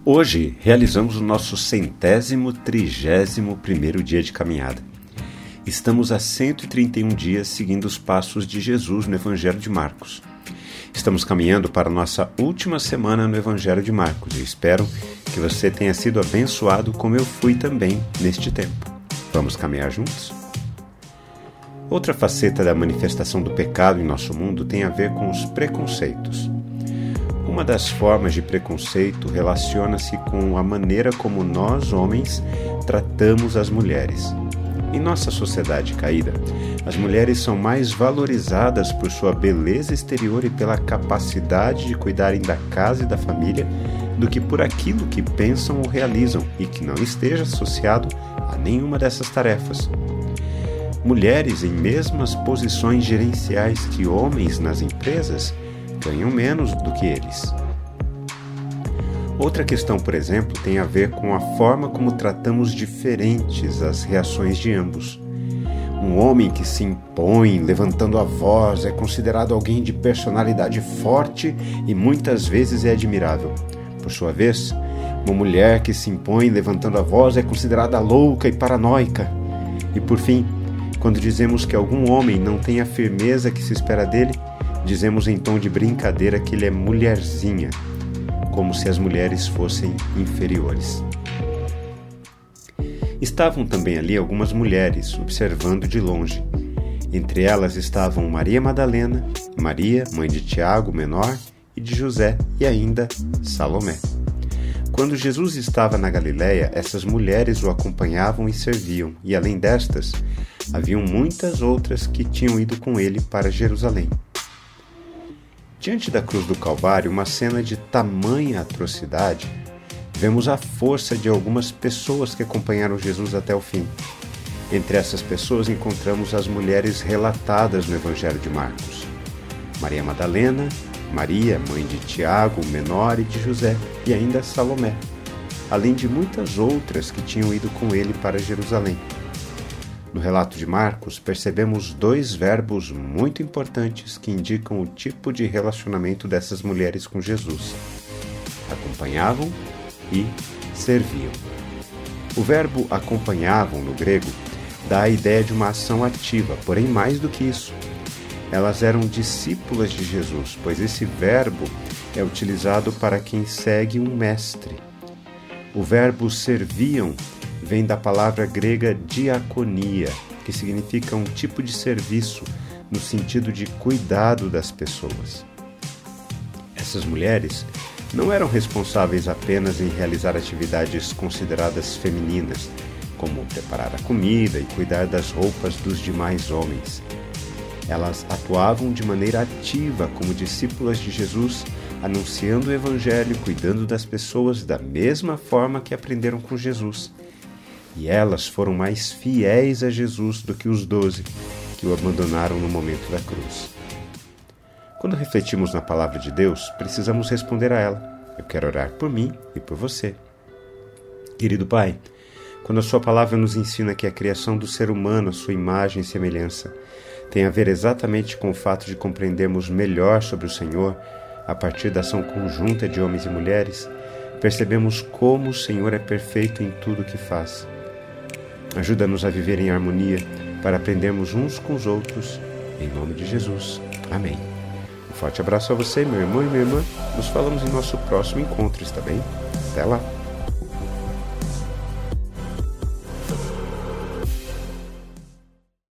Hoje realizamos o nosso 131º dia de caminhada. Estamos há 131 dias seguindo os passos de Jesus no Evangelho de Marcos. Estamos caminhando para a nossa última semana no Evangelho de Marcos e espero que você tenha sido abençoado como eu fui também neste tempo. Vamos caminhar juntos? Outra faceta da manifestação do pecado em nosso mundo tem a ver com os preconceitos. Uma das formas de preconceito relaciona-se com a maneira como nós, homens, tratamos as mulheres. Em nossa sociedade caída, as mulheres são mais valorizadas por sua beleza exterior e pela capacidade de cuidarem da casa e da família do que por aquilo que pensam ou realizam e que não esteja associado a nenhuma dessas tarefas. Mulheres em mesmas posições gerenciais que homens nas empresas ganham menos do que eles. Outra questão, por exemplo, tem a ver com a forma como tratamos diferentes as reações de ambos. Um homem que se impõe levantando a voz é considerado alguém de personalidade forte e muitas vezes é admirável. Por sua vez, uma mulher que se impõe levantando a voz é considerada louca e paranoica. E por fim, quando dizemos que algum homem não tem a firmeza que se espera dele, dizemos em tom de brincadeira que ele é mulherzinha, como se as mulheres fossem inferiores. Estavam também ali algumas mulheres, observando de longe. Entre elas estavam Maria Madalena, Maria, mãe de Tiago, o menor, e de José, e ainda Salomé. Quando Jesus estava na Galiléia, essas mulheres o acompanhavam e serviam, e além destas, haviam muitas outras que tinham ido com ele para Jerusalém. Diante da cruz do Calvário, uma cena de tamanha atrocidade, vemos a força de algumas pessoas que acompanharam Jesus até o fim. Entre essas pessoas encontramos as mulheres relatadas no Evangelho de Marcos: Maria Madalena, Maria, mãe de Tiago, o menor, e de José, e ainda Salomé, além de muitas outras que tinham ido com ele para Jerusalém. No relato de Marcos, percebemos dois verbos muito importantes que indicam o tipo de relacionamento dessas mulheres com Jesus: acompanhavam e serviam. O verbo acompanhavam, no grego, dá a ideia de uma ação ativa, porém mais do que isso. Elas eram discípulas de Jesus, pois esse verbo é utilizado para quem segue um mestre. O verbo serviam vem da palavra grega diaconia, que significa um tipo de serviço no sentido de cuidado das pessoas. Essas mulheres não eram responsáveis apenas em realizar atividades consideradas femininas, como preparar a comida e cuidar das roupas dos demais homens. Elas atuavam de maneira ativa como discípulas de Jesus, anunciando o Evangelho, cuidando das pessoas da mesma forma que aprenderam com Jesus. E elas foram mais fiéis a Jesus do que os 12 que o abandonaram no momento da cruz. Quando refletimos na palavra de Deus, precisamos responder a ela. Eu quero orar por mim e por você. Querido Pai, quando a sua palavra nos ensina que a criação do ser humano, a sua imagem e semelhança, tem a ver exatamente com o fato de compreendermos melhor sobre o Senhor, a partir da ação conjunta de homens e mulheres, percebemos como o Senhor é perfeito em tudo o que faz. Ajuda-nos a viver em harmonia, para aprendermos uns com os outros, em nome de Jesus. Amém. Um forte abraço a você, meu irmão e minha irmã. Nos falamos em nosso próximo encontro, está bem? Até lá!